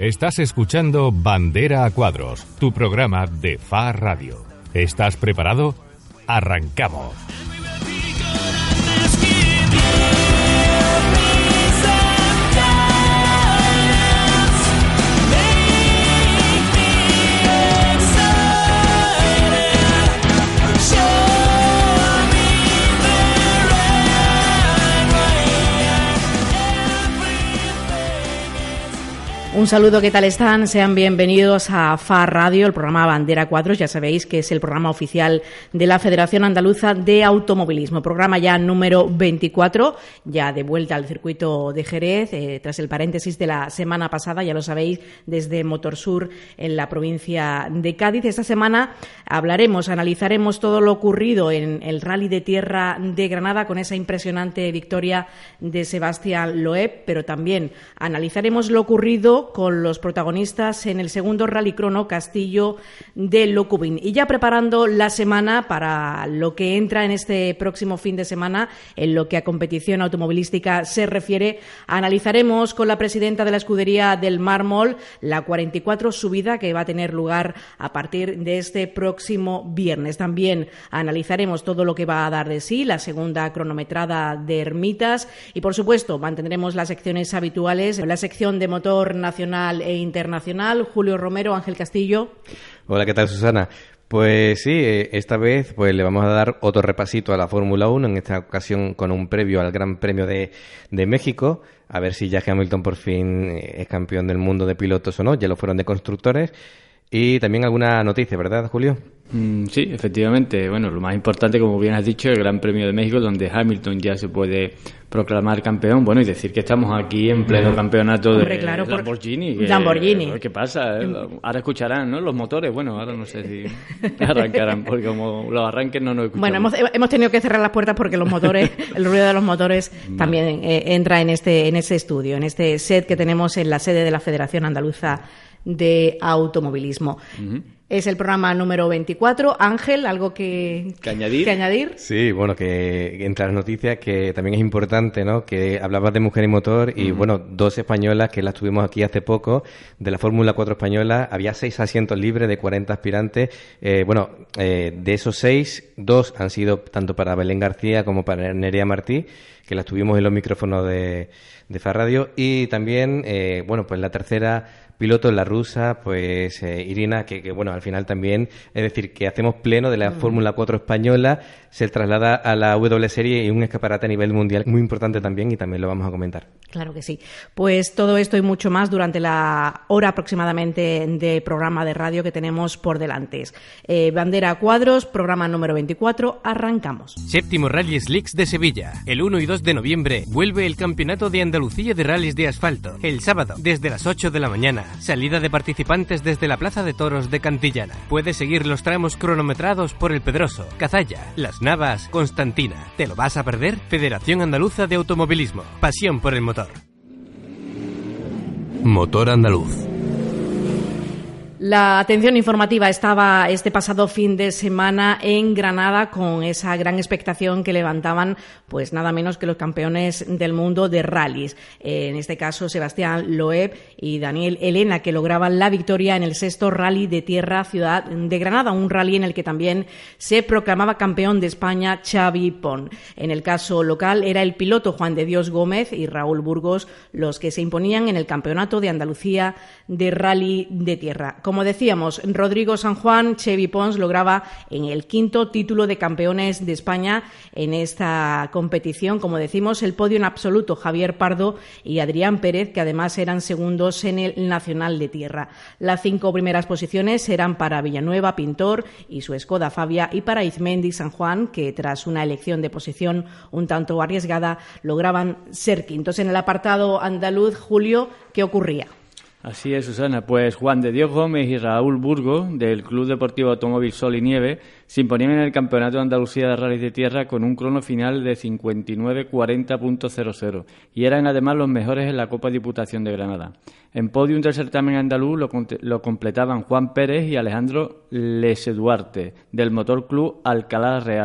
Estás escuchando Bandera a Cuadros, tu programa de FA Radio. ¿Estás preparado? ¡Arrancamos! Un saludo, ¿qué tal están? Sean bienvenidos a FA Radio, el programa Bandera a Cuadros. Ya sabéis que es el programa oficial de la Federación Andaluza de Automovilismo. Programa ya número 24, ya de vuelta al circuito de Jerez, tras el paréntesis de la semana pasada, ya lo sabéis, desde Motorsur en la provincia de Cádiz. Esta semana analizaremos todo lo ocurrido en el Rally de Tierra de Granada con esa impresionante victoria de Sebastián Loeb, pero también analizaremos lo ocurrido con los protagonistas en el segundo Rally Crono Castillo de Locubín. Y ya preparando la semana para lo que entra en este próximo fin de semana, en lo que a competición automovilística se refiere, analizaremos con la presidenta de la escudería del Mármol la 44 subida que va a tener lugar a partir de este próximo viernes. También analizaremos todo lo que va a dar de sí la segunda cronometrada de Ermitas y, por supuesto, mantendremos las secciones habituales, la sección de motor nacional e internacional. Julio Romero, Ángel Castillo. Hola, ¿qué tal, Susana? Pues sí, esta vez pues le vamos a dar otro repasito a la Fórmula 1, en esta ocasión con un previo al Gran Premio de México, a ver si Jack Hamilton por fin es campeón del mundo de pilotos o no, ya lo fueron de constructores, y también alguna noticia, ¿verdad, Julio? Sí, efectivamente. Bueno, lo más importante, como bien has dicho, el Gran Premio de México, donde Hamilton ya se puede proclamar campeón. Bueno, y decir que estamos aquí en pleno campeonato de Lamborghini. Lamborghini. ¿Qué pasa? Ahora escucharán, ¿no? Los motores. Bueno, ahora no sé si arrancarán, porque como los arranques no nos escuchamos. Bueno, hemos tenido que cerrar las puertas porque los motores, el ruido de los motores también entra en este estudio, en este set que tenemos en la sede de la Federación Andaluza de Automovilismo. Es el programa número 24. Ángel, ¿algo que añadir? Sí, bueno, que entre las noticias que también es importante, ¿no? Que hablabas de Mujer y Motor y, bueno, dos españolas que las tuvimos aquí hace poco, de la Fórmula 4 española, había 6 asientos libres de 40 aspirantes. De esos 6, 2 han sido tanto para Belén García como para Nerea Martí, que las tuvimos en los micrófonos de FA Radio. Y también, pues la tercera piloto, la rusa, pues Irina, que bueno, al final también, es decir, que hacemos pleno de la Fórmula 4 española, se traslada a la W Serie y un escaparate a nivel mundial muy importante también, y también lo vamos a comentar. Claro que sí. Pues todo esto y mucho más durante la hora aproximadamente de programa de radio que tenemos por delante. Bandera a Cuadros, programa número 24, arrancamos. Séptimo Rally Slicks de Sevilla. El 1 y 2 de noviembre vuelve el Campeonato de Andalucía de Rallys de Asfalto. El sábado, desde las 8 de la mañana. Salida de participantes desde la Plaza de Toros de Cantillana. Puedes seguir los tramos cronometrados por El Pedroso, Cazalla, Las Navas, Constantina. ¿Te lo vas a perder? Federación Andaluza de Automovilismo. Pasión por el motor. Motor Andaluz. La atención informativa estaba este pasado fin de semana en Granada con esa gran expectación que levantaban pues nada menos que los campeones del mundo de rallies. En este caso Sebastián Loeb y Daniel Elena, que lograban la victoria en el sexto Rally de Tierra Ciudad de Granada, un rally en el que también se proclamaba campeón de España Xavi Pon. En el caso local era el piloto Juan de Dios Gómez y Raúl Burgos los que se imponían en el Campeonato de Andalucía de Rally de Tierra. Como decíamos, Rodrigo San Juan, Xavi Pons lograba en el quinto título de campeones de España en esta competición. Como decimos, el podio en absoluto, Javier Pardo y Adrián Pérez, que además eran segundos en el Nacional de Tierra. Las 5 primeras posiciones eran para Villanueva, Pintor y su Skoda Fabia, y para Izmendi San Juan, que tras una elección de posición un tanto arriesgada lograban ser quintos. En el apartado andaluz, Julio, ¿qué ocurría? Así es, Susana. Pues Juan de Dios Gómez y Raúl Burgos, del Club Deportivo Automóvil Sol y Nieve, se imponían en el Campeonato de Andalucía de Rallys de Tierra con un crono final de 59:40.00 y eran además los mejores en la Copa Diputación de Granada. En podium del certamen andaluz lo completaban Juan Pérez y Alejandro Leseduarte, del Motor Club Alcalá Real.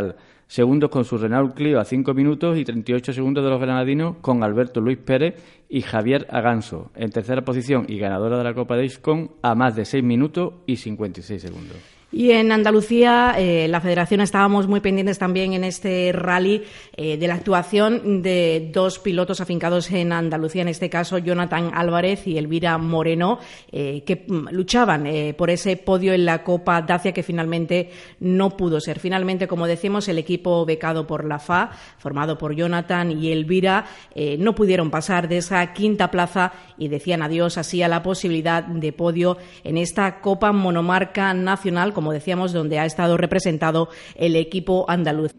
segundos con su Renault Clio a 5 minutos y 38 segundos de los granadinos con Alberto Luis Pérez y Javier Aganso. En tercera posición y ganadora de la Copa Dexcom a más de 6 minutos y 56 segundos. Y en Andalucía, la Federación estábamos muy pendientes también en este rally de la actuación de dos pilotos afincados en Andalucía, en este caso Jonathan Álvarez y Elvira Moreno, que luchaban por ese podio en la Copa Dacia que finalmente no pudo ser. Finalmente, como decimos, el equipo becado por la FA, formado por Jonathan y Elvira, no pudieron pasar de esa quinta plaza y decían adiós así a la posibilidad de podio en esta Copa Monomarca Nacional, como decíamos, donde ha estado representado el equipo andaluz.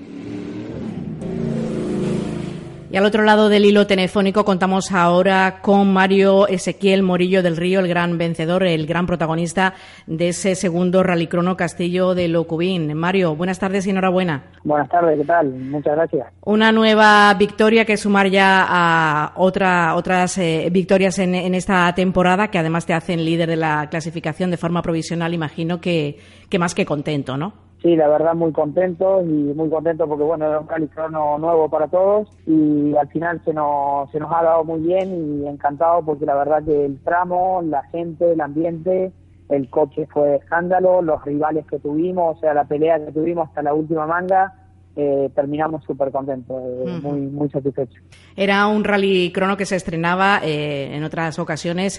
Y al otro lado del hilo telefónico contamos ahora con Mario Ezequiel Morillo del Río, el gran vencedor, el gran protagonista de ese segundo Rallycrono Castillo de Locubín. Mario, buenas tardes y enhorabuena. Buenas tardes, ¿qué tal? Muchas gracias. Una nueva victoria que sumar ya a otras victorias en esta temporada, que además te hacen líder de la clasificación de forma provisional. Imagino que más que contento, ¿no? Sí, la verdad muy contento porque bueno, era un rallycrono nuevo para todos y al final se nos ha dado muy bien y encantado porque la verdad que el tramo, la gente, el ambiente, el coche fue escándalo, los rivales que tuvimos, o sea, la pelea que tuvimos hasta la última manga, terminamos súper contentos, muy satisfechos. Era un rallycrono que se estrenaba en otras ocasiones,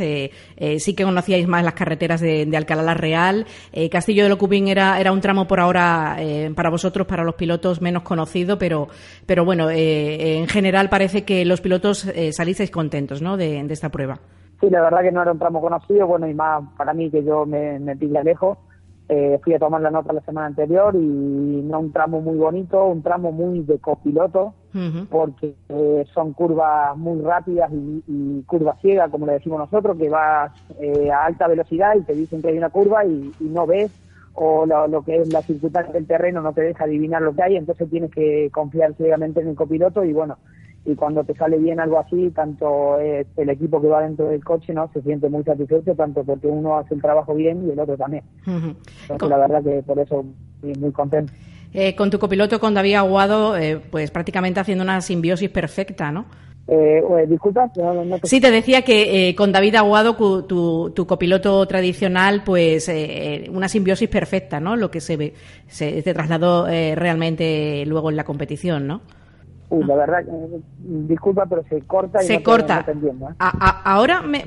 sí que conocíais más las carreteras de Alcalá la Real. Castillo de Locubín era un tramo por ahora para vosotros, para los pilotos, menos conocido, pero bueno, en general parece que los pilotos salisteis contentos, ¿no?, de esta prueba. Sí, la verdad que no era un tramo conocido, bueno, y más para mí que yo me pilla lejos. Fui a tomar la nota la semana anterior y no un tramo muy bonito, un tramo muy de copiloto, porque son curvas muy rápidas y curvas ciegas, como le decimos nosotros, que vas a alta velocidad y te dicen que hay una curva y no ves, o lo que es la circunstancia del terreno no te deja adivinar lo que hay, entonces tienes que confiar ciegamente en el copiloto y bueno, y cuando te sale bien algo así, tanto el equipo que va dentro del coche no se siente muy satisfecho, tanto porque uno hace el trabajo bien y el otro también. Entonces la verdad que por eso muy contento. Con tu copiloto, con David Aguado, pues prácticamente haciendo una simbiosis perfecta, ¿no? Disculpa. Sí, te decía que con David Aguado, tu copiloto tradicional, pues una simbiosis perfecta, ¿no? Lo que se trasladó realmente luego en la competición, ¿no? La verdad, disculpa, pero se corta y se corta. No te entiendo, ¿eh? Ahora me...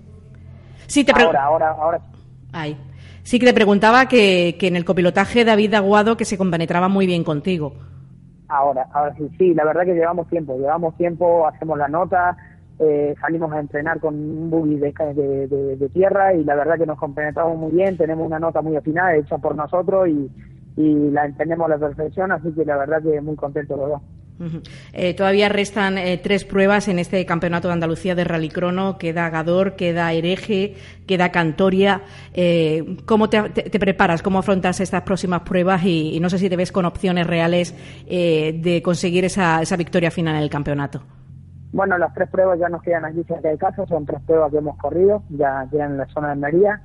Sí, ahora. Ay. Sí que te preguntaba que en el copilotaje David Aguado que se compenetraba muy bien contigo. Ahora sí, la verdad que llevamos tiempo, hacemos la nota, salimos a entrenar con un buggy de tierra y la verdad que nos compenetramos muy bien, tenemos una nota muy afinada hecha por nosotros y la entendemos a la perfección, así que la verdad que muy contentos los dos. Todavía restan 3 pruebas en este Campeonato de Andalucía de Rallycrono. Queda Gador, queda Hereje, queda Cantoria. ¿Cómo te preparas? ¿Cómo afrontas estas próximas pruebas? Y no sé si te ves con opciones reales de conseguir esa victoria final en el campeonato. Bueno, las 3 pruebas ya nos quedan aquí cerca de casa. Son 3 pruebas que hemos corrido, ya quedan en la zona de Almería.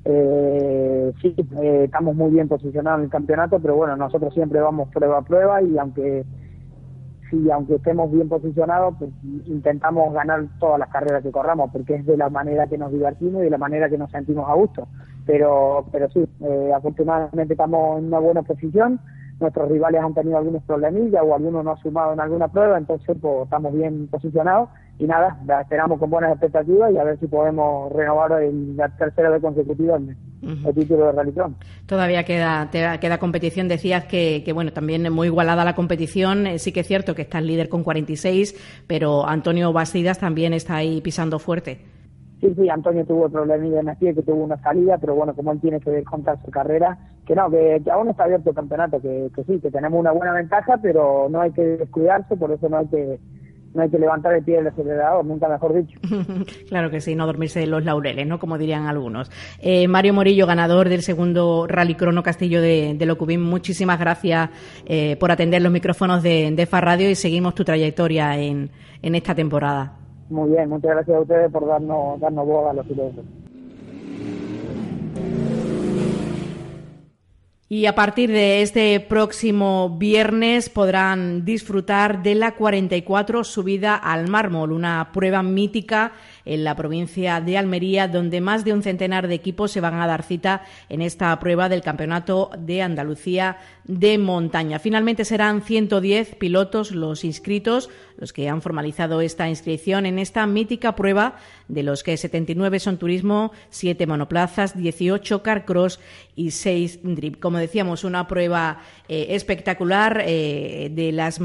Sí, estamos muy bien posicionados en el campeonato, pero bueno, nosotros siempre vamos prueba a prueba y aunque estemos bien posicionados, pues intentamos ganar todas las carreras que corramos, porque es de la manera que nos divertimos y de la manera que nos sentimos a gusto. Pero sí, afortunadamente estamos en una buena posición. Nuestros rivales han tenido algunos problemillas o algunos no han sumado en alguna prueba, entonces pues estamos bien posicionados y nada, la esperamos con buenas expectativas y a ver si podemos renovar la tercera vez consecutiva el título de Rallycrono. Todavía queda competición. Decías que bueno, también muy igualada la competición. Sí que es cierto que está el líder con 46, pero Antonio Bastidas también está ahí pisando fuerte. Sí, Antonio tuvo problemilla en el pie, que tuvo una salida, pero bueno, como él tiene que contar su carrera, que aún está abierto el campeonato, que sí, que tenemos una buena ventaja, pero no hay que descuidarse, por eso no hay que levantar el pie del acelerador, nunca mejor dicho. Claro que sí, no dormirse en los laureles, ¿no?, como dirían algunos. Mario Morillo, ganador del segundo Rallycrono Castillo de Locubín, muchísimas gracias por atender los micrófonos de FA Radio y seguimos tu trayectoria en esta temporada. Muy bien, muchas gracias a ustedes por darnos voz a los pilotos. Y a partir de este próximo viernes podrán disfrutar de la 44 subida al mármol, una prueba mítica en la provincia de Almería, donde más de un centenar de equipos se van a dar cita en esta prueba del Campeonato de Andalucía de montaña. Finalmente serán 110 pilotos los inscritos, los que han formalizado esta inscripción en esta mítica prueba, de los que 79 son turismo, 7 monoplazas, 18 carcross y 6 drift. Como decíamos, una prueba espectacular, de las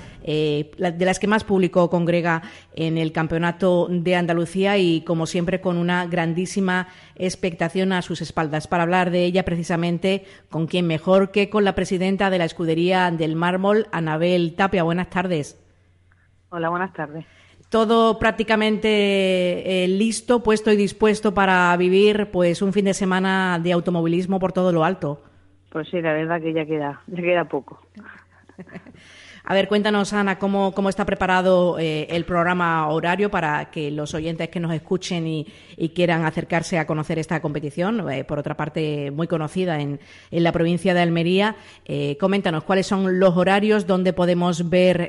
que más público congrega en el Campeonato de Andalucía, y como siempre con una grandísima expectación a sus espaldas. Para hablar de ella precisamente, ¿con quién mejor que con la presidenta de la Escudería del Mármol, Anabel Tapia? Buenas tardes. Hola, buenas tardes. Todo prácticamente listo, puesto y dispuesto para vivir pues un fin de semana de automovilismo por todo lo alto. Pues sí, la verdad que ya queda poco. A ver, cuéntanos, Ana, cómo está preparado el programa horario para que los oyentes que nos escuchen y quieran acercarse a conocer esta competición, por otra parte muy conocida en la provincia de Almería. Coméntanos cuáles son los horarios donde podemos ver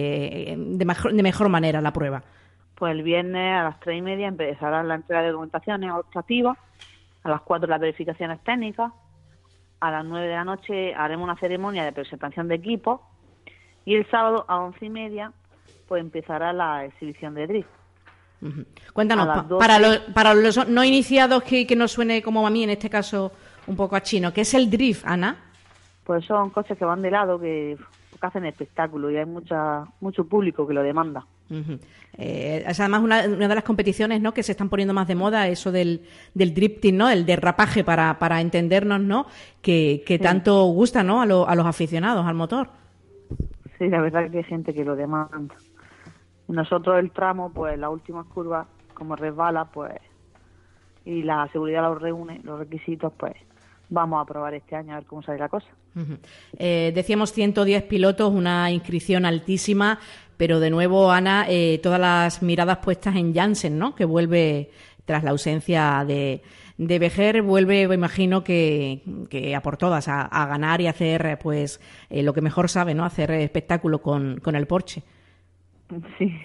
de mejor manera la prueba. Pues el viernes a las 3:30 empezará la entrega de documentaciones optativas, a las 4 las verificaciones técnicas, a las 9 de la noche haremos una ceremonia de presentación de equipos, y el sábado a 11:30 pues empezará la exhibición de drift. Uh-huh. Cuéntanos, para los no iniciados que nos suene como a mí, en este caso un poco a chino, ¿qué es el drift, Ana? Pues son coches que van de lado, que hacen espectáculo, y hay mucho público que lo demanda. Uh-huh. Es además una de las competiciones, ¿no?, que se están poniendo más de moda, eso del drifting, ¿no?, el derrapaje, para entendernos, ¿no?, que sí, tanto gusta, ¿no?, a los aficionados al motor. Sí, la verdad que hay gente que lo demanda. Y nosotros el tramo, pues las últimas curvas, como resbala, pues, y la seguridad los reúne, los requisitos, pues vamos a probar este año a ver cómo sale la cosa. Uh-huh. Decíamos 110 pilotos, una inscripción altísima, pero de nuevo, Ana, todas las miradas puestas en Janssen, ¿no?, que vuelve tras la ausencia de Vejer, vuelve, me imagino que a por todas, a ganar y hacer pues lo que mejor sabe, ¿no?, hacer espectáculo con el Porsche. Sí.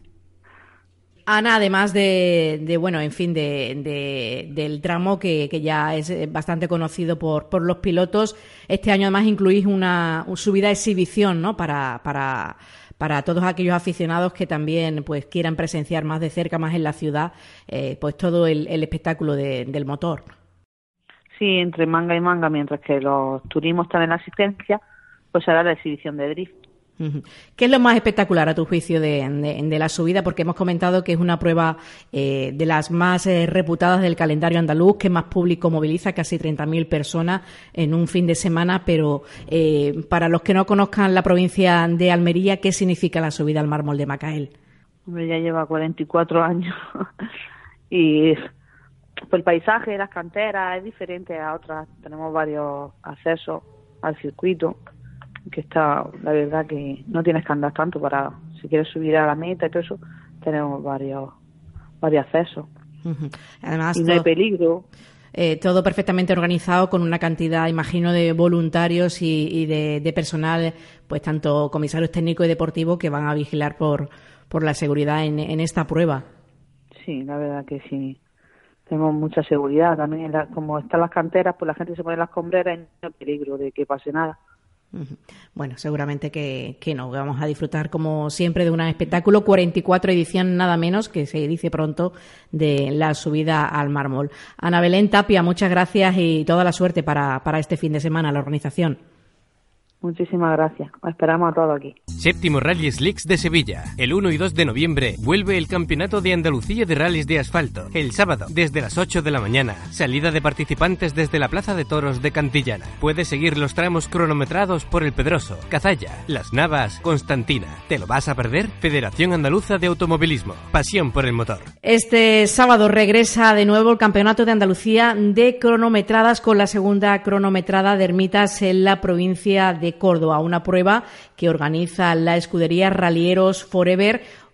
Ana, además de bueno, en fin, del tramo que ya es bastante conocido por los pilotos, este año además incluís una subida exhibición, ¿no?, para todos aquellos aficionados que también pues quieran presenciar más de cerca, más en la ciudad, pues todo el espectáculo del motor. Sí, entre manga y manga, mientras que los turismos están en la asistencia, pues será la exhibición de drift. Uh-huh. ¿Qué es lo más espectacular a tu juicio de la subida? Porque hemos comentado que es una prueba de las más reputadas del calendario andaluz, que más público moviliza, casi 30.000 personas en un fin de semana, pero para los que no conozcan la provincia de Almería, ¿qué significa la subida al mármol de Macael? Hombre, ya lleva 44 años y pues el paisaje, las canteras es diferente a otras. Tenemos varios accesos al circuito, que está, la verdad que no tienes que andar tanto para, si quieres subir a la meta y todo eso, tenemos varios accesos. Uh-huh. Además, y no hay peligro. Todo perfectamente organizado, con una cantidad, imagino, de voluntarios y de personal, pues tanto comisarios técnicos y deportivos, que van a vigilar por la seguridad en esta prueba. Sí, la verdad que sí. Tenemos mucha seguridad también. Como están las canteras, pues la gente se pone en las escombreras y no hay peligro de que pase nada. Bueno, seguramente que no, vamos a disfrutar como siempre de un espectáculo. 44 edición nada menos, que se dice pronto, de la subida al mármol. Ana Belén Tapia, muchas gracias y toda la suerte para este fin de semana, la organización. Muchísimas gracias. Os esperamos a todos aquí. Séptimo Rally Slicks de Sevilla. El 1 y 2 de noviembre vuelve el Campeonato de Andalucía de Rallys de Asfalto. El sábado, desde las 8 de la mañana. Salida de participantes desde la Plaza de Toros de Cantillana. Puedes seguir los tramos cronometrados por El Pedroso, Cazalla, Las Navas, Constantina. ¿Te lo vas a perder? Federación Andaluza de Automovilismo. Pasión por el motor. Este sábado regresa de nuevo el Campeonato de Andalucía de cronometradas, con la segunda cronometrada de ermitas en la provincia de Córdoba, una prueba que organiza la escudería Rallyeros Forever,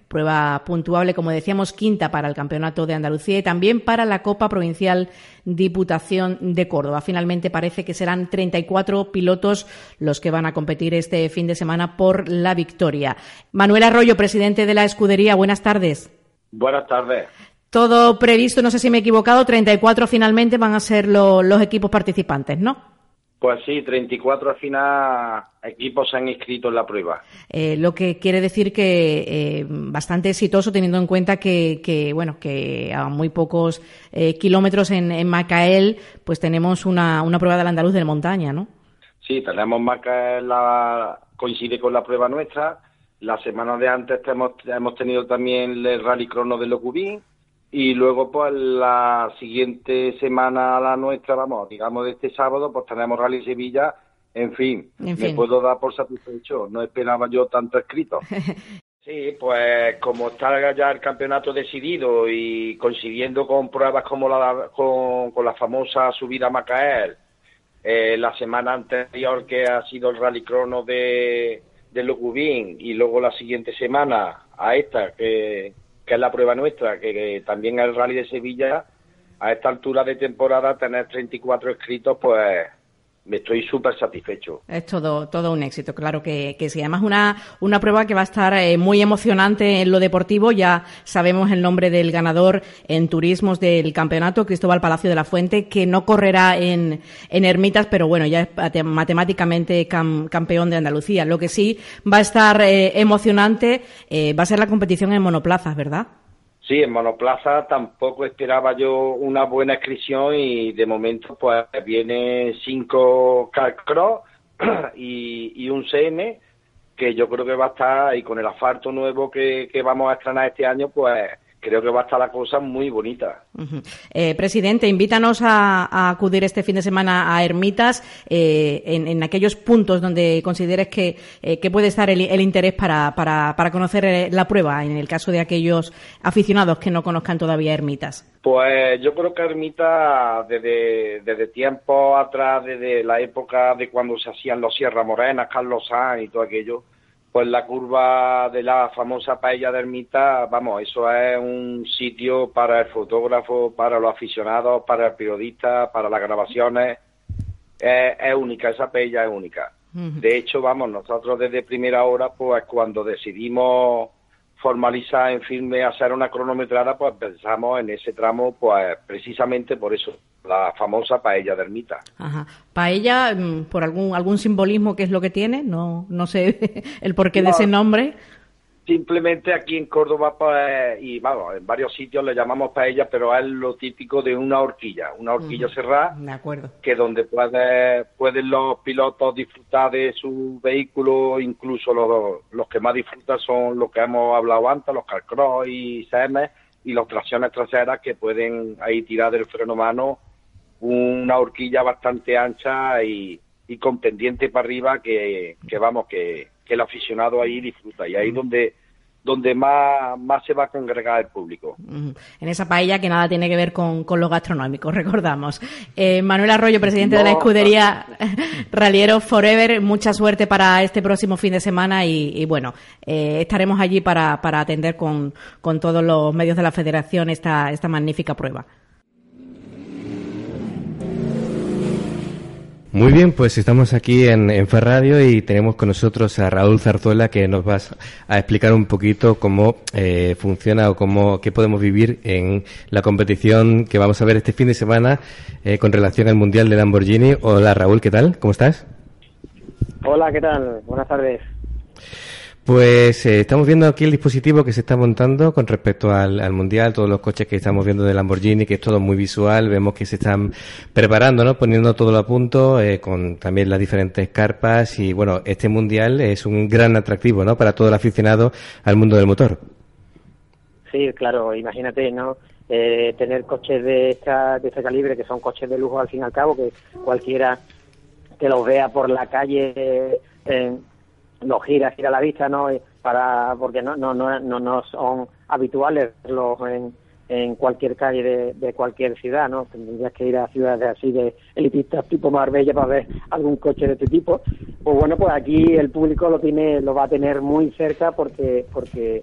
prueba puntuable, como decíamos, quinta para el Campeonato de Andalucía y también para la Copa Provincial Diputación de Córdoba. Finalmente parece que serán 34 pilotos los que van a competir este fin de semana por la victoria. Manuel Arroyo, presidente de la escudería, buenas tardes. Buenas tardes. Todo previsto, no sé si me he equivocado, 34 finalmente van a ser los equipos participantes, ¿no? Pues sí, 34 al final equipos se han inscrito en la prueba. Lo que quiere decir que bastante exitoso, teniendo en cuenta que a muy pocos kilómetros en Macael pues tenemos una prueba del andaluz de montaña, ¿no? Sí, tenemos Macael, coincide con la prueba nuestra. La semana de antes hemos tenido también el Rally Crono de Locubín. Y luego, pues, la siguiente semana a la nuestra, digamos de este sábado, pues tenemos Rally Sevilla. En fin, me puedo dar por satisfecho. No esperaba yo tanto escrito. Sí, pues como está ya el campeonato decidido y coincidiendo con pruebas como con la famosa subida a Macael, la semana anterior que ha sido el Rally Crono de Locubín y luego la siguiente semana a esta que es la prueba nuestra, que también es el Rally de Sevilla, a esta altura de temporada tener 34 inscritos, pues me estoy súper satisfecho. Es todo un éxito, claro que sí. Además, una prueba que va a estar muy emocionante en lo deportivo. Ya sabemos el nombre del ganador en turismos del campeonato, Cristóbal Palacio de la Fuente, que no correrá en Hermitas, pero bueno, ya es matemáticamente campeón de Andalucía. Lo que sí va a estar emocionante va a ser la competición en monoplazas, ¿verdad? Sí, en monoplaza tampoco esperaba yo una buena inscripción y de momento pues viene 5 Carcross y un CM que yo creo que va a estar, y con el asfalto nuevo que vamos a estrenar este año, pues creo que va a estar la cosa muy bonita. Uh-huh. Presidente, invítanos a acudir este fin de semana a Hermitas en aquellos puntos donde consideres que puede estar el interés para conocer la prueba, en el caso de aquellos aficionados que no conozcan todavía Hermitas. Pues yo creo que Hermitas, desde tiempo atrás, desde la época de cuando se hacían los Sierra Morena, Carlos Sainz y todo aquello, pues la curva de la famosa paella de Hermita, eso es un sitio para el fotógrafo, para los aficionados, para el periodista, para las grabaciones. Es única, esa paella es única. Uh-huh. De hecho, nosotros desde primera hora, pues cuando decidimos formalizar en firme, hacer una cronometrada, pues pensamos en ese tramo, pues precisamente por eso, la famosa paella de Hermita. Ajá. Paella, por algún simbolismo, ¿qué es lo que tiene? No sé el porqué de ese nombre. Simplemente aquí en Córdoba, pues, y en varios sitios le llamamos paella, pero es lo típico de una horquilla cerrada, de acuerdo, que donde pueden los pilotos disfrutar de su vehículo. Incluso los que más disfrutan son los que hemos hablado antes, los Carcross y CM, y las tracciones traseras, que pueden ahí tirar del freno mano, una horquilla bastante ancha y con pendiente para arriba, que el aficionado ahí disfruta, y ahí donde más se va a congregar el público. En esa paella que nada tiene que ver con lo gastronómico, recordamos. Manuel Arroyo, presidente de la escudería Rallyeros Forever, mucha suerte para este próximo fin de semana y estaremos allí para atender con todos los medios de la federación esta magnífica prueba. Muy bien, pues estamos aquí en FAR Radio y tenemos con nosotros a Raúl Zarzuela, que nos va a explicar un poquito cómo funciona o qué podemos vivir en la competición que vamos a ver este fin de semana con relación al Mundial de Lamborghini. Hola Raúl, ¿qué tal? ¿Cómo estás? Hola, ¿qué tal? Buenas tardes. Pues estamos viendo aquí el dispositivo que se está montando con respecto al Mundial, todos los coches que estamos viendo de Lamborghini, que es todo muy visual. Vemos que se están preparando, ¿no? Poniendo todo a punto, con también las diferentes carpas, y bueno, este Mundial es un gran atractivo, ¿no? Para todo el aficionado al mundo del motor. Sí, claro, imagínate, ¿no? Tener coches de este calibre, que son coches de lujo al fin y al cabo, que cualquiera que los vea por la calle los gira a la vista, ¿no? Porque no son habituales verlos en cualquier calle de cualquier ciudad, ¿no? Tendrías que ir a ciudades así de elitistas tipo Marbella para ver algún coche de este tipo. Pues bueno, pues aquí el público lo va a tener muy cerca porque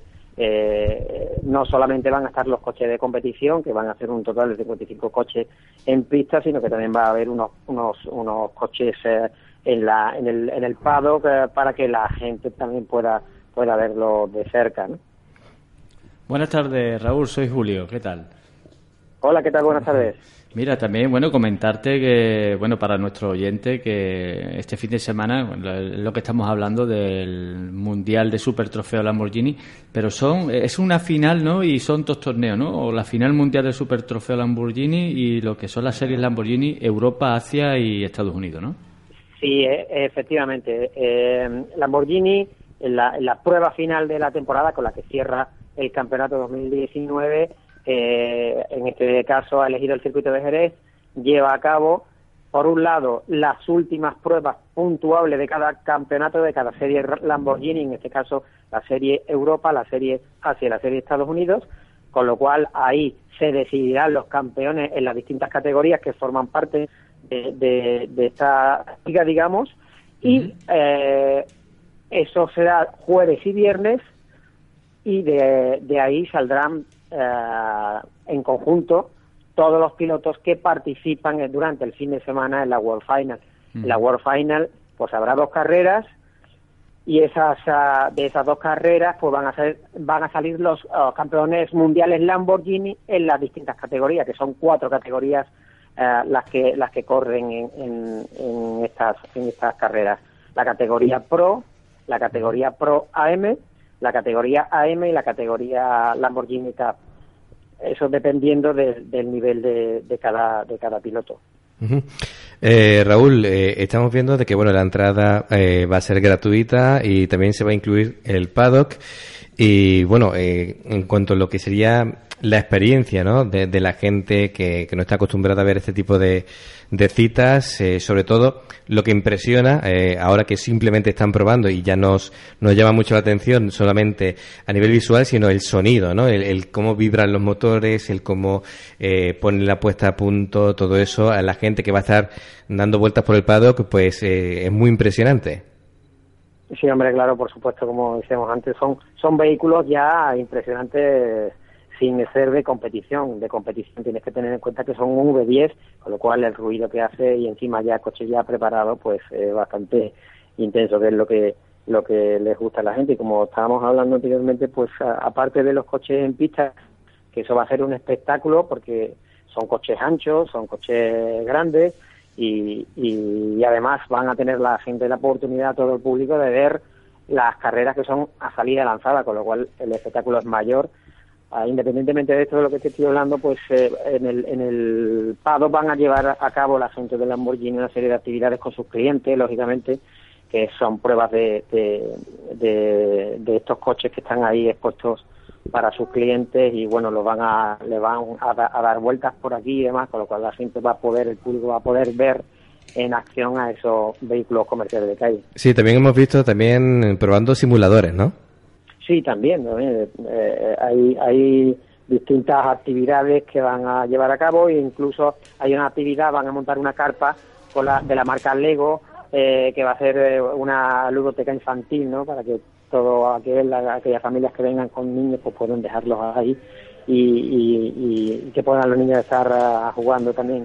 no solamente van a estar los coches de competición, que van a ser un total de 55 coches en pista, sino que también va a haber unos coches en el paddock para que la gente también pueda verlo de cerca, ¿no? Buenas tardes, Raúl, soy Julio, ¿qué tal? Hola, ¿qué tal? Buenas tardes. Mira, también, comentarte que, para nuestro oyente, que este fin de semana, lo que estamos hablando del Mundial de Super Trofeo Lamborghini, pero es una final, ¿no? Y son dos torneos, ¿no? O la final mundial de Super Trofeo Lamborghini y lo que son las series Lamborghini Europa, Asia y Estados Unidos, ¿no? Sí, efectivamente. Lamborghini, en la prueba final de la temporada con la que cierra el campeonato 2019, en este caso ha elegido el circuito de Jerez, lleva a cabo, por un lado, las últimas pruebas puntuables de cada campeonato, de cada serie Lamborghini, en este caso la serie Europa, la serie Asia y la serie Estados Unidos, con lo cual ahí se decidirán los campeones en las distintas categorías que forman parte de esta liga, digamos, y eso será jueves y viernes, y de ahí saldrán en conjunto todos los pilotos que participan durante el fin de semana en la World Final. En la World Final pues habrá 2 carreras y de esas 2 carreras pues van a salir los campeones mundiales Lamborghini en las distintas categorías, que son 4 categorías las que corren en estas carreras: la categoría Pro, la categoría Pro AM, la categoría AM y la categoría Lamborghini Cup. Eso dependiendo del nivel de cada piloto. Raúl, estamos viendo de que la entrada va a ser gratuita y también se va a incluir el paddock. Y en cuanto a lo que sería la experiencia, ¿no?, de la gente que no está acostumbrada a ver este tipo de citas, sobre todo lo que impresiona ahora que simplemente están probando, y ya nos llama mucho la atención solamente a nivel visual, sino el sonido, ¿no?, el cómo vibran los motores, el cómo ponen la puesta a punto, todo eso a la gente que va a estar dando vueltas por el paddock, pues es muy impresionante. Sí, hombre, claro, por supuesto, como decíamos antes, son vehículos ya impresionantes sin ser de competición. De competición tienes que tener en cuenta que son un V10, con lo cual el ruido que hace, y encima ya coche ya preparado, pues es bastante intenso, que es lo que les gusta a la gente. Y como estábamos hablando anteriormente, pues aparte de los coches en pista, que eso va a ser un espectáculo porque son coches anchos, son coches grandes, y además van a tener la gente la oportunidad, todo el público, de ver las carreras que son a salida lanzada, con lo cual el espectáculo es mayor. Independientemente de esto de lo que te estoy hablando, pues en el paddock van a llevar a cabo la gente de Lamborghini una serie de actividades con sus clientes, lógicamente, que son pruebas de estos coches que están ahí expuestos para sus clientes, y le van a dar vueltas por aquí y demás, con lo cual la gente el público va a poder ver en acción a esos vehículos comerciales de calle. Sí, también hemos visto probando simuladores, ¿no? Sí, también. Hay distintas actividades que van a llevar a cabo, e incluso hay una actividad, van a montar una carpa de la marca Lego, que va a ser una ludoteca infantil, ¿no?, para que aquellas familias que vengan con niños pues pueden dejarlos ahí y que puedan los niños estar jugando también.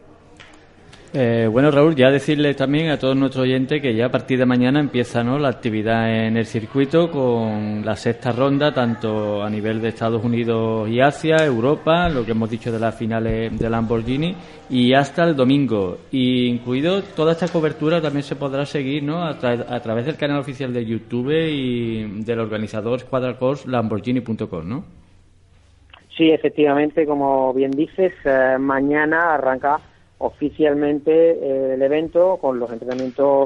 Raúl, ya decirle también a todos nuestros oyentes que ya a partir de mañana empieza, ¿no?, la actividad en el circuito con la 6ª ronda, tanto a nivel de Estados Unidos y Asia, Europa, lo que hemos dicho de las finales de Lamborghini, y hasta el domingo. Y incluido toda esta cobertura también se podrá seguir, ¿no?, a través del canal oficial de YouTube y del organizador SquadraCourseLamborghini.com, ¿no? Sí, efectivamente, como bien dices, mañana arranca oficialmente el evento con los entrenamientos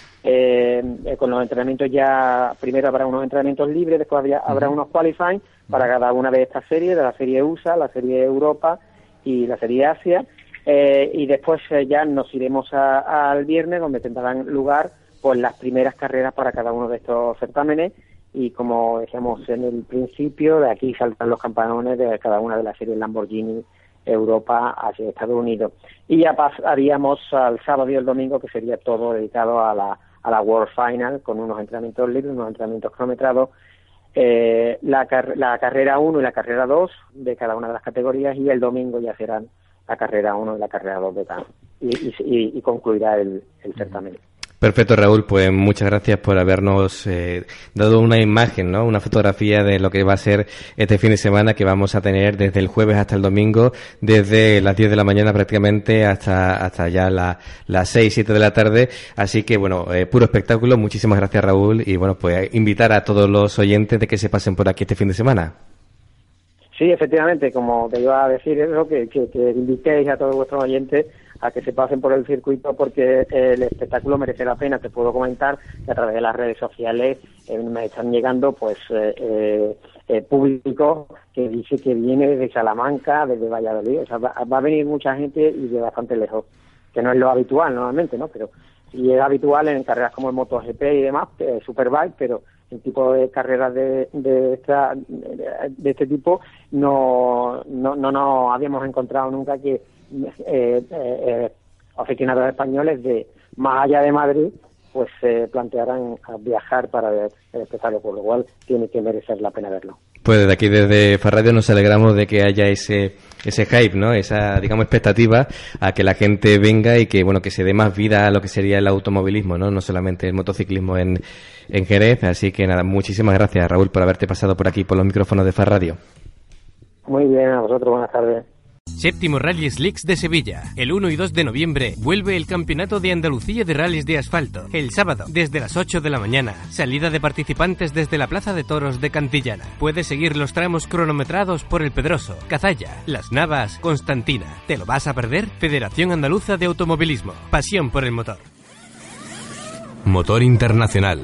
ya. Primero habrá unos entrenamientos libres, después habrá unos qualifying para cada una de estas series, de la serie USA, la serie Europa y la serie Asia, y después ya nos iremos al viernes, donde tendrán lugar pues las primeras carreras para cada uno de estos certámenes, y como decíamos en el principio, de aquí saltan los campeones de cada una de las series Lamborghini Europa hacia Estados Unidos. Y ya pasaríamos al sábado y el domingo, que sería todo dedicado a la World Final, con unos entrenamientos libres, unos entrenamientos cronometrados, la carrera 1 y la carrera 2 de cada una de las categorías, y el domingo ya serán la carrera 1 y la carrera 2 de cada, y concluirá el certamen. Perfecto, Raúl, pues muchas gracias por habernos dado una imagen, ¿no? Una fotografía de lo que va a ser este fin de semana, que vamos a tener desde el jueves hasta el domingo, desde las 10 de la mañana prácticamente hasta ya las 6, 7 de la tarde. Así que, bueno, puro espectáculo. Muchísimas gracias, Raúl. Y, bueno, pues invitar a todos los oyentes de que se pasen por aquí este fin de semana. Sí, efectivamente, como te iba a decir, eso, que invitéis a todos vuestros oyentes a que se pasen por el circuito, porque el espectáculo merece la pena. Te puedo comentar que a través de las redes sociales me están llegando pues público que dice que viene desde Salamanca, desde Valladolid. O sea, va a venir mucha gente y de bastante lejos, que no es lo habitual normalmente, ¿no? Pero sí es habitual en carreras como el MotoGP y demás, Superbike, pero el tipo de carreras de este tipo no habíamos encontrado nunca que aficionados españoles de más allá de Madrid pues se plantearan a viajar para ver el espectáculo, por lo cual tiene que merecer la pena verlo. Pues desde aquí, desde Farradio, nos alegramos de que haya ese hype, ¿no? Esa, digamos, expectativa a que la gente venga y que, bueno, que se dé más vida a lo que sería el automovilismo, ¿no? No solamente el motociclismo en Jerez. Así que nada, muchísimas gracias, Raúl, por haberte pasado por aquí, por los micrófonos de Farradio. Muy bien, a vosotros, buenas tardes. Séptimo Rally Slicks de Sevilla. El 1 y 2 de noviembre vuelve el Campeonato de Andalucía de Rallys de Asfalto. El sábado, desde las 8 de la mañana, salida de participantes desde la Plaza de Toros de Cantillana. Puedes seguir los tramos cronometrados por El Pedroso, Cazalla, Las Navas, Constantina. ¿Te lo vas a perder? Federación Andaluza de Automovilismo. Pasión por el motor. Motor Internacional.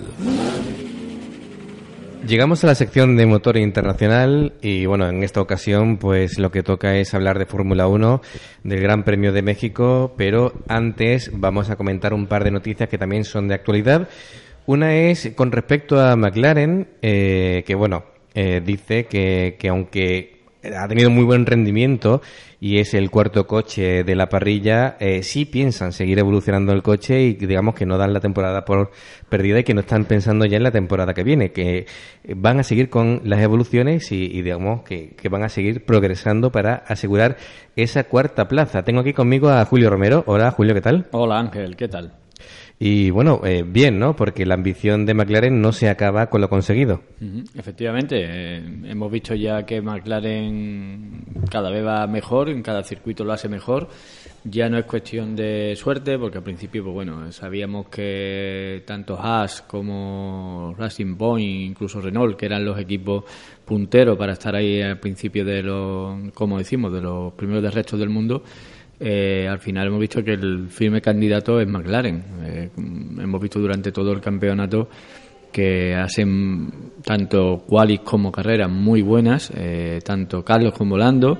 Llegamos a la sección de motor internacional y, bueno, en esta ocasión pues lo que toca es hablar de Fórmula 1, del Gran Premio de México, pero antes vamos a comentar un par de noticias que también son de actualidad. Una es con respecto a McLaren, que, bueno, dice que aunque ha tenido muy buen rendimiento y es el cuarto coche de la parrilla, sí piensan seguir evolucionando el coche y digamos que no dan la temporada por perdida y que no están pensando ya en la temporada que viene, que van a seguir con las evoluciones y digamos que van a seguir progresando para asegurar esa cuarta plaza. Tengo aquí conmigo a Julio Romero. Hola, Julio, ¿qué tal? Hola, Ángel, ¿qué tal? Y bueno, bien, ¿no? Porque la ambición de McLaren no se acaba con lo conseguido. Efectivamente, hemos visto ya que McLaren cada vez va mejor, en cada circuito lo hace mejor. Ya no es cuestión de suerte, porque al principio, pues bueno, sabíamos que tanto Haas como Racing Point, incluso Renault, que eran los equipos punteros para estar ahí al principio de los, como decimos, de los primeros del resto del mundo. Al final hemos visto que el firme candidato es McLaren. Hemos visto durante todo el campeonato que hacen tanto qualis como carreras muy buenas, tanto Carlos como Lando,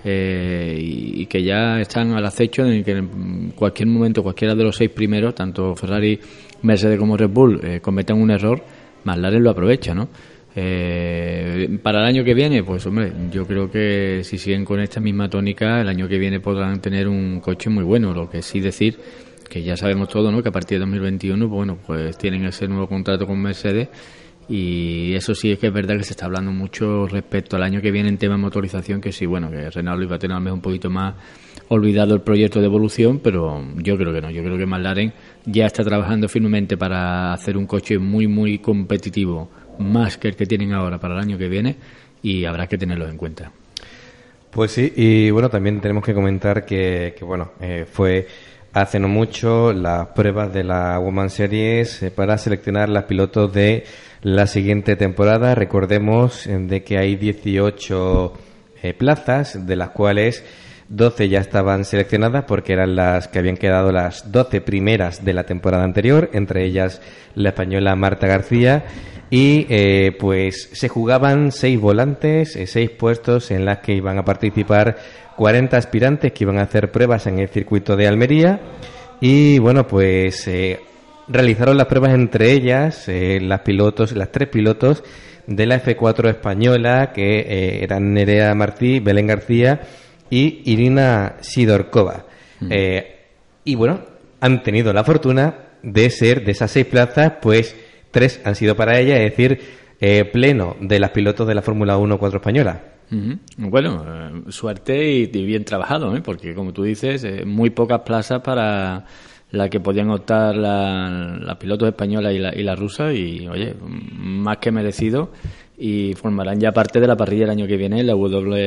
y que ya están al acecho en que en cualquier momento cualquiera de los 6 primeros, tanto Ferrari, Mercedes como Red Bull, cometan un error, McLaren lo aprovecha, ¿no? Para el año que viene, pues hombre, yo creo que si siguen con esta misma tónica, el año que viene podrán tener un coche muy bueno. Lo que sí decir, que ya sabemos todo, ¿no? Que a partir de 2021, pues bueno, pues tienen ese nuevo contrato con Mercedes, y eso sí es que es verdad que se está hablando mucho respecto al año que viene en tema de motorización, que sí, bueno, que Renault iba a tener a lo mejor un poquito más olvidado el proyecto de evolución, pero yo creo que no. Yo creo que McLaren ya está trabajando firmemente para hacer un coche muy, muy competitivo, más que el que tienen ahora para el año que viene, y habrá que tenerlo en cuenta. Pues sí, y bueno, también tenemos que comentar que bueno, fue hace no mucho las pruebas de la Women's Series para seleccionar las pilotos de la siguiente temporada. Recordemos de que hay 18 plazas, de las cuales 12 ya estaban seleccionadas porque eran las que habían quedado las 12 primeras de la temporada anterior, entre ellas la española Marta García. Y pues se jugaban 6 volantes, 6 puestos en las que iban a participar 40 aspirantes que iban a hacer pruebas en el circuito de Almería. Y bueno, pues realizaron las pruebas entre ellas las 3 pilotos de la F4 española, que eran Nerea Martí, Belén García y Irina Sidorkova. Y bueno, han tenido la fortuna de ser de esas 6 plazas, pues 3 han sido para ella, es decir, pleno de las pilotos de la Fórmula 1 4 española. Bueno, suerte y bien trabajado, porque como tú dices, muy pocas plazas para las que podían optar las pilotos españolas y la rusa, y oye, más que merecido, y formarán ya parte de la parrilla el año que viene la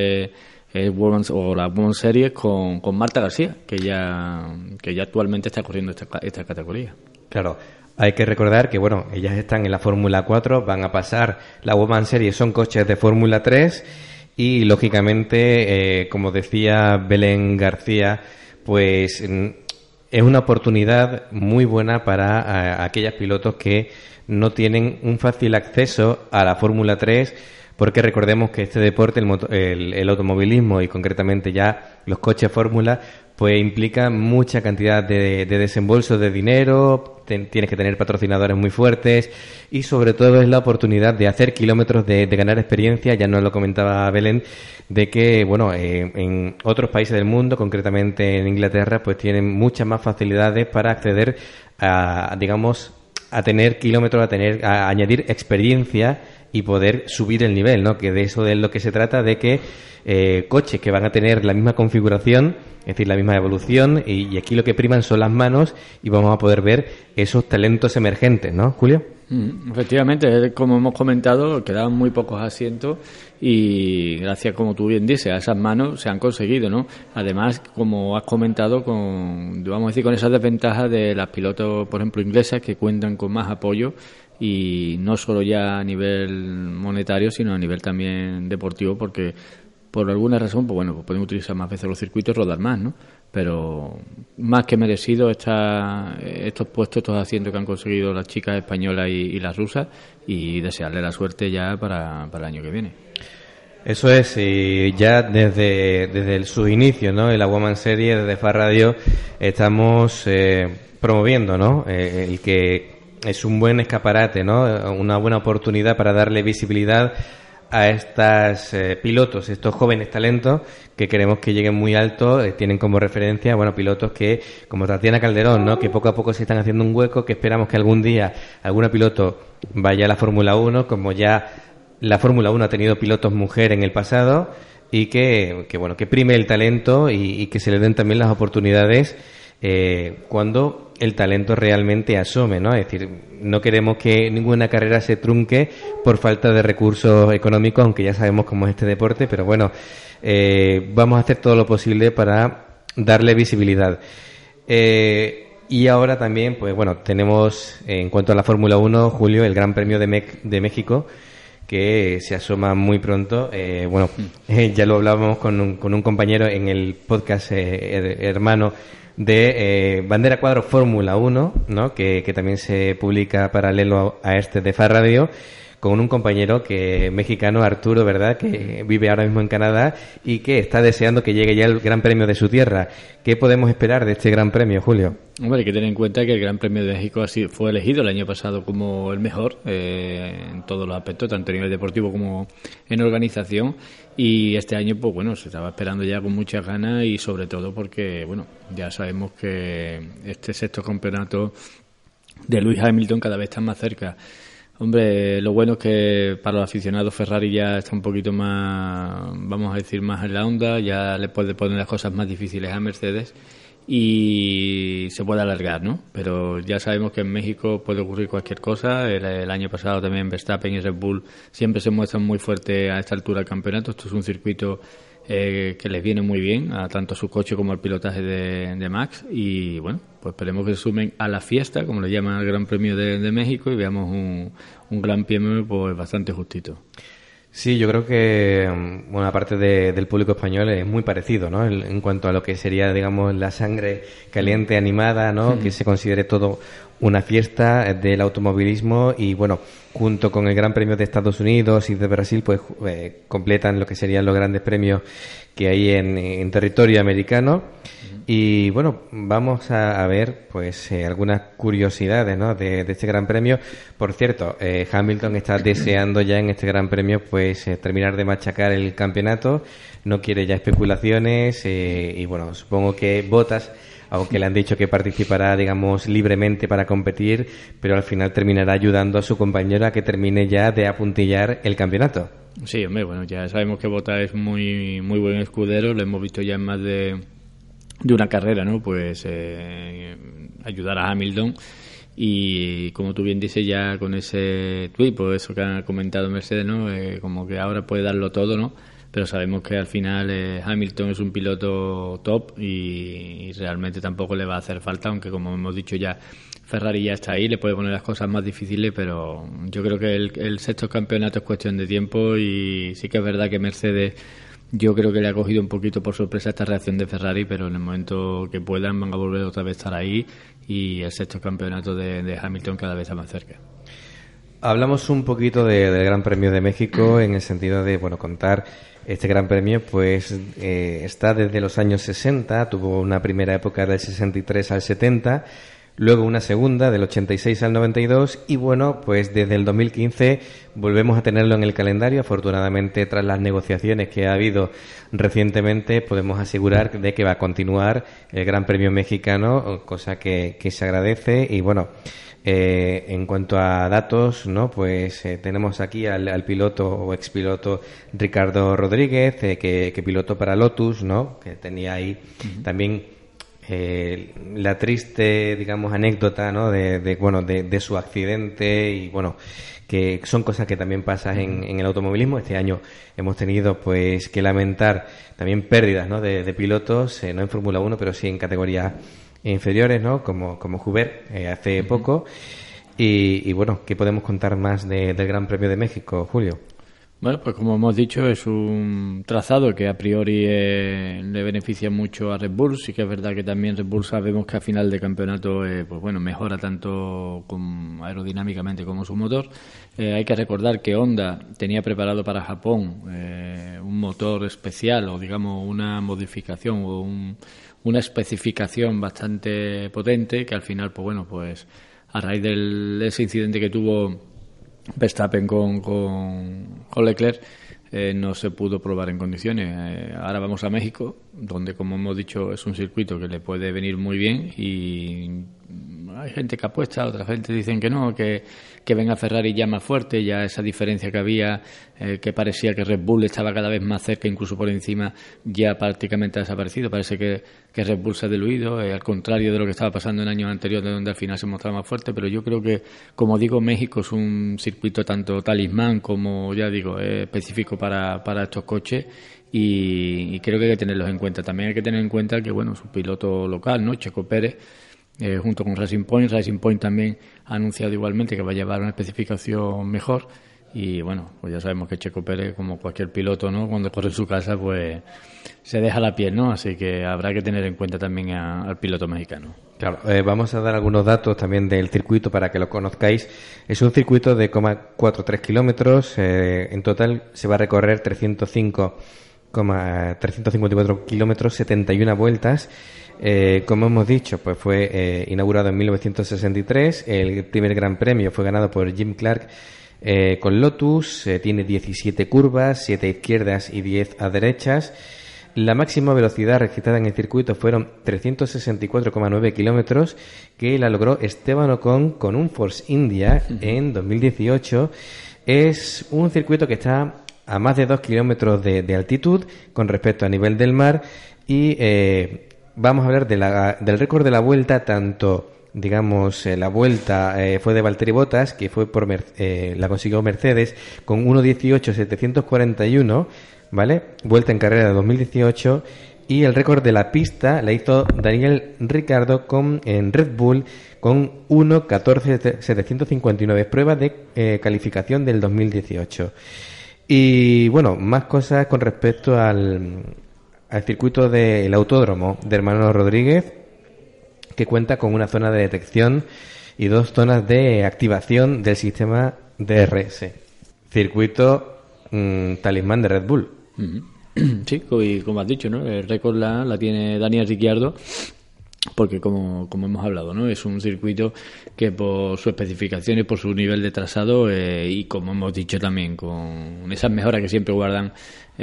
Women's Series con Marta García, que ya actualmente está corriendo esta categoría. Claro. Hay que recordar que, bueno, ellas están en la Fórmula 4, van a pasar la Women's Series, son coches de Fórmula 3 y, lógicamente, como decía Belén García, pues es una oportunidad muy buena para aquellas pilotos que no tienen un fácil acceso a la Fórmula 3, porque recordemos que este deporte, el automovilismo y concretamente ya los coches Fórmula, pues implica mucha cantidad de desembolso de dinero, tienes que tener patrocinadores muy fuertes y sobre todo es la oportunidad de hacer kilómetros, de ganar experiencia. Ya nos lo comentaba Belén, de que bueno, en otros países del mundo, concretamente en Inglaterra, pues tienen muchas más facilidades para acceder a, digamos, a tener kilómetros, a añadir experiencia y poder subir el nivel, ¿no? Que de eso es lo que se trata, de que coches que van a tener la misma configuración, es decir, la misma evolución, y aquí lo que priman son las manos y vamos a poder ver esos talentos emergentes, ¿no, Julio? Efectivamente, como hemos comentado, quedaban muy pocos asientos y gracias, como tú bien dices, a esas manos se han conseguido, ¿no? Además, como has comentado, con esas desventajas de las pilotos, por ejemplo, inglesas, que cuentan con más apoyo, y no solo ya a nivel monetario, sino a nivel también deportivo, porque por alguna razón, pues bueno, pues pueden utilizar más veces los circuitos y rodar más, ¿no? Pero más que merecido estos puestos, estos asientos que han conseguido las chicas españolas y las rusas, y desearle la suerte ya para el año que viene. Eso es, y ya desde sus inicios, ¿no? En la Women's Series, desde FAR Radio, estamos promoviendo, ¿no? El que es un buen escaparate, ¿no? Una buena oportunidad para darle visibilidad a estas pilotos, estos jóvenes talentos que queremos que lleguen muy alto. Tienen como referencia, bueno, pilotos que, como Tatiana Calderón, ¿no? Que poco a poco se están haciendo un hueco, que esperamos que algún día alguna piloto vaya a la Fórmula 1, como ya la Fórmula 1 ha tenido pilotos mujer en el pasado, y que bueno, que prime el talento y que se le den también las oportunidades cuando el talento realmente asome, ¿no? Es decir, no queremos que ninguna carrera se trunque por falta de recursos económicos, aunque ya sabemos cómo es este deporte, pero bueno, vamos a hacer todo lo posible para darle visibilidad. Y ahora también, pues bueno, tenemos, en cuanto a la Fórmula 1, Julio, el Gran Premio de México, que se asoma muy pronto. Bueno, ya lo hablábamos con un compañero en el podcast hermano de Bandera Cuadros Fórmula 1, ¿no? Que también se publica paralelo a este de FAR Radio, con un compañero mexicano, Arturo, ¿verdad?, que vive ahora mismo en Canadá y que está deseando que llegue ya el Gran Premio de su tierra. ¿Qué podemos esperar de este Gran Premio, Julio? Hombre, hay que tener en cuenta que el Gran Premio de México fue elegido el año pasado como el mejor en todos los aspectos, tanto a nivel deportivo como en organización, y este año, pues bueno, se estaba esperando ya con muchas ganas, y sobre todo porque, bueno, ya sabemos que este sexto campeonato de Lewis Hamilton cada vez está más cerca. Hombre, lo bueno es que para los aficionados Ferrari ya está un poquito más, vamos a decir, más en la onda, ya le puede poner las cosas más difíciles a Mercedes y se puede alargar, ¿no? Pero ya sabemos que en México puede ocurrir cualquier cosa. El año pasado también Verstappen y Red Bull siempre se muestran muy fuertes a esta altura del campeonato. Esto es un circuito que les viene muy bien a tanto a su coche como al pilotaje de Max, y bueno, pues esperemos que se sumen a la fiesta, como le llaman al Gran Premio de México, y veamos un Gran Premio pues bastante justito. Sí, yo creo que, bueno, aparte del público español, es muy parecido, ¿no? En cuanto a lo que sería, digamos, la sangre caliente, animada, ¿no? Que se considere todo una fiesta del automovilismo, y bueno, junto con el Gran Premio de Estados Unidos y de Brasil, pues completan lo que serían los grandes premios que hay en territorio americano. Y bueno, vamos a ver pues algunas curiosidades, ¿no? de este Gran Premio. Por cierto, Hamilton está deseando ya en este Gran Premio pues terminar de machacar el campeonato, no quiere ya especulaciones, y bueno, supongo que Bottas aunque le han dicho que participará, digamos, libremente para competir, pero al final terminará ayudando a su compañero a que termine ya de apuntillar el campeonato. Sí, hombre, bueno, ya sabemos que Bottas es muy buen escudero, lo hemos visto ya en más de una carrera, ¿no? Pues ayudar a Hamilton. Y como tú bien dices, ya con ese tuit, pues eso que ha comentado Mercedes, ¿no? Como que ahora puede darlo todo, ¿no? Pero sabemos que al final Hamilton es un piloto top y realmente tampoco le va a hacer falta, aunque como hemos dicho ya, Ferrari ya está ahí, le puede poner las cosas más difíciles, pero yo creo que el sexto campeonato es cuestión de tiempo y sí que es verdad que Mercedes, yo creo que le ha cogido un poquito por sorpresa esta reacción de Ferrari, pero en el momento que puedan van a volver otra vez a estar ahí y el sexto campeonato de Hamilton cada vez está más cerca. Hablamos un poquito del Gran Premio de México en el sentido de, bueno, contar este Gran Premio, pues está desde los años 60, tuvo una primera época del 63 al 70, luego una segunda del 86 al 92 y bueno, pues desde el 2015 volvemos a tenerlo en el calendario. Afortunadamente, tras las negociaciones que ha habido recientemente, podemos asegurar de que va a continuar el Gran Premio mexicano, cosa que se agradece. Y bueno, en cuanto a datos, ¿no? Pues tenemos aquí al piloto o expiloto Ricardo Rodríguez, que pilotó para Lotus, ¿no? Que tenía ahí también la triste, digamos, anécdota, ¿no? De su accidente y bueno, que son cosas que también pasan en el automovilismo. Este año hemos tenido pues que lamentar también pérdidas, ¿no? de pilotos, no en Fórmula 1, pero sí en categorías inferiores, ¿no? Como Hubert hace poco. Y bueno, ¿qué podemos contar más del Gran Premio de México, Julio? Bueno, pues como hemos dicho, es un trazado que a priori le beneficia mucho a Red Bull. Sí que es verdad que también Red Bull sabemos que a final de campeonato pues bueno, mejora tanto aerodinámicamente como su motor. Hay que recordar que Honda tenía preparado para Japón un motor especial o digamos una modificación o una especificación bastante potente que al final, pues bueno, pues a raíz de ese incidente que tuvo Verstappen con Leclerc, no se pudo probar en condiciones. Ahora vamos a México, donde, como hemos dicho, es un circuito que le puede venir muy bien y hay gente que apuesta, otra gente dicen que no, que venga Ferrari ya más fuerte, ya esa diferencia que había, que parecía que Red Bull estaba cada vez más cerca, incluso por encima, ya prácticamente ha desaparecido. Parece que Red Bull se ha diluido, al contrario de lo que estaba pasando en años anteriores, donde al final se mostraba más fuerte. Pero yo creo que, como digo, México es un circuito tanto talismán como, ya digo, específico para estos coches. Y creo que hay que tenerlos en cuenta. También hay que tener en cuenta que, bueno, su piloto local, ¿no? Checo Pérez, junto con Racing Point también ha anunciado igualmente que va a llevar una especificación mejor. Y bueno, pues ya sabemos que Checo Pérez, como cualquier piloto, ¿no? Cuando corre en su casa, pues se deja la piel, ¿no? Así que habrá que tener en cuenta también al piloto mexicano. Claro, vamos a dar algunos datos también del circuito para que lo conozcáis. Es un circuito de 0,43 kilómetros. En total se va a recorrer 354 kilómetros, 71 vueltas. Como hemos dicho, pues fue inaugurado en 1963. El primer Gran Premio fue ganado por Jim Clark con Lotus. Tiene 17 curvas, 7 a izquierdas y 10 a derechas. La máxima velocidad registrada en el circuito fueron 364,9 kilómetros, que la logró Esteban Ocon con un Force India en 2018. Es un circuito que está a más de 2 kilómetros de altitud con respecto a nivel del mar y vamos a hablar del récord de la vuelta. Tanto, digamos, la vuelta fue de Valtteri Bottas, que fue la consiguió Mercedes con 1.18.741, ¿vale? Vuelta en carrera de 2018. Y el récord de la pista la hizo Daniel Ricciardo en Red Bull con 1.14.759, prueba de calificación del 2018. Y bueno, más cosas con respecto al circuito del autódromo de Hermano Rodríguez, que cuenta con una zona de detección y 2 zonas de activación del sistema DRS. Circuito talismán de Red Bull. Sí, y como has dicho, ¿no? El récord la tiene Daniel Ricciardo porque como hemos hablado, ¿no? Es un circuito que por su especificación y por su nivel de trazado y como hemos dicho también con esas mejoras que siempre guardan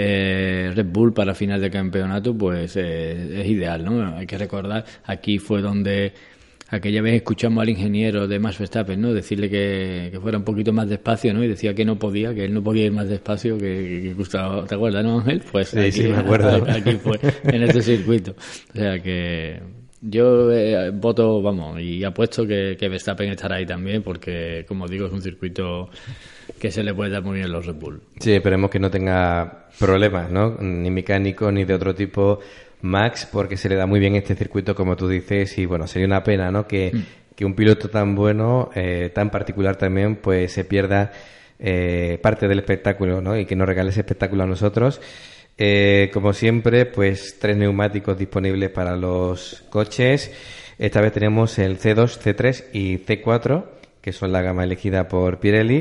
Red Bull para final de campeonato, pues es ideal, ¿no? Hay que recordar, aquí fue donde aquella vez escuchamos al ingeniero de Max Verstappen, ¿no? Decirle que fuera un poquito más despacio, ¿no? Y decía que no podía, que él no podía ir más despacio, que Gustavo, ¿te acuerdas, no, Ángel? Pues sí, aquí, sí, me acuerdo. Aquí fue, en este circuito. O sea que yo voto, vamos, y apuesto que Verstappen estará ahí también, porque, como digo, es un circuito que se le puede dar muy bien los Red Bull. Sí, esperemos que no tenga problemas, ¿no? Ni mecánicos ni de otro tipo Max, porque se le da muy bien este circuito, como tú dices, y bueno, sería una pena, ¿no? Que un piloto tan bueno, tan particular también, pues se pierda parte del espectáculo, ¿no? Y que nos regale ese espectáculo a nosotros. Como siempre, pues 3 neumáticos disponibles para los coches. Esta vez tenemos el C2, C3 y C4, que son la gama elegida por Pirelli.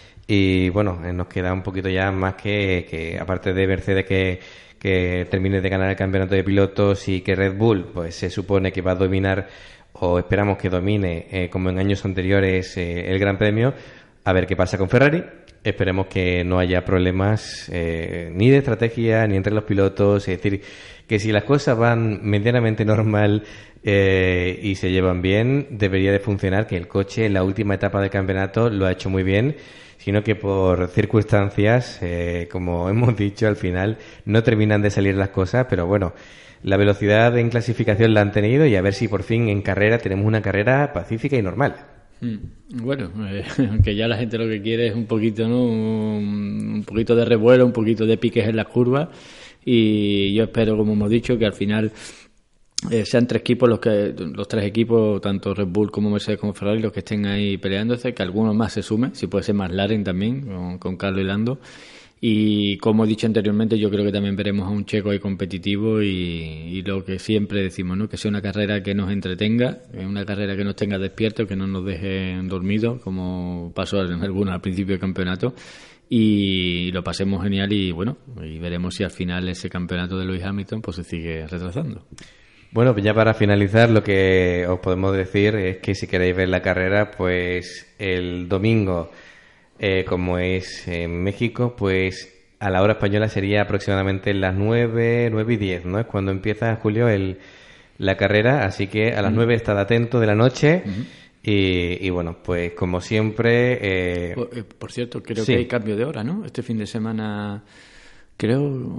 Y bueno, nos queda un poquito ya más que aparte de Mercedes que termine de ganar el campeonato de pilotos y que Red Bull pues se supone que va a dominar o esperamos que domine como en años anteriores el Gran Premio. A ver qué pasa con Ferrari. Esperemos que no haya problemas ni de estrategia ni entre los pilotos. Es decir, que si las cosas van medianamente normal y se llevan bien, debería de funcionar, que el coche en la última etapa del campeonato lo ha hecho muy bien, sino que por circunstancias, como hemos dicho, al final no terminan de salir las cosas, pero bueno, la velocidad en clasificación la han tenido y a ver si por fin en carrera tenemos una carrera pacífica y normal. Bueno, aunque ya la gente lo que quiere es un poquito, ¿no? Un poquito de revuelo, un poquito de piques en las curvas, y yo espero, como hemos dicho, que al final sean 3 equipos los 3 equipos, tanto Red Bull como Mercedes como Ferrari, los que estén ahí peleándose, que algunos más se sumen, si puede ser más McLaren también, con Carlos y Lando. Y como he dicho anteriormente, yo creo que también veremos a un Checo ahí competitivo y lo que siempre decimos, ¿no? Que sea una carrera que nos entretenga, una carrera que nos tenga despiertos, que no nos deje dormidos, como pasó en algunos al principio del campeonato, y lo pasemos genial y bueno, y veremos si al final ese campeonato de Lewis Hamilton pues se sigue retrasando. Bueno, pues ya para finalizar, lo que os podemos decir es que si queréis ver la carrera, pues el domingo, como es en México, pues a la hora española sería aproximadamente las 9 y 10, ¿no? Es cuando empieza, Julio, la carrera, así que a las 9 estad atento de la noche. Y bueno, pues como siempre... Por cierto, creo sí, que hay cambio de hora, ¿no? Este fin de semana... Creo,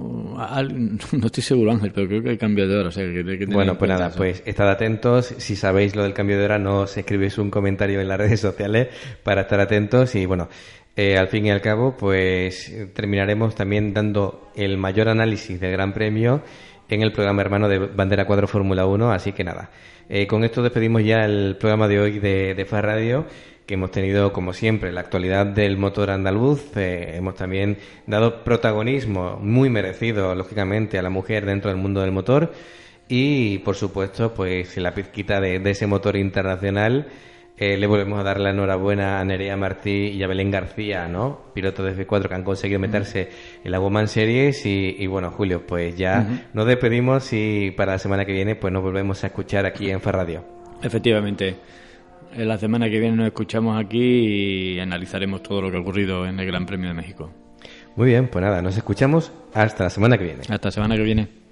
no estoy seguro, Ángel, pero creo que hay cambio de hora. O sea, que bueno, pues nada, pues estad atentos. Si sabéis lo del cambio de hora, nos escribís un comentario en las redes sociales para estar atentos. Y bueno, al fin y al cabo, pues terminaremos también dando el mayor análisis del Gran Premio en el programa hermano de Bandera Cuadro Fórmula 1. Así que nada, con esto despedimos ya el programa de hoy de FAR Radio, que hemos tenido, como siempre, la actualidad del motor andaluz. Hemos también dado protagonismo muy merecido, lógicamente, a la mujer dentro del mundo del motor y, por supuesto, pues la pizquita de ese motor internacional. Le volvemos a dar la enhorabuena a Nerea Martí y a Belén García, ¿no? Pilotos de F4 que han conseguido meterse en la Woman Series y bueno, Julio, pues ya nos despedimos y para la semana que viene pues nos volvemos a escuchar aquí en FAR Radio. Efectivamente. La semana que viene nos escuchamos aquí y analizaremos todo lo que ha ocurrido en el Gran Premio de México. Muy bien, pues nada, nos escuchamos hasta la semana que viene. Hasta la semana que viene.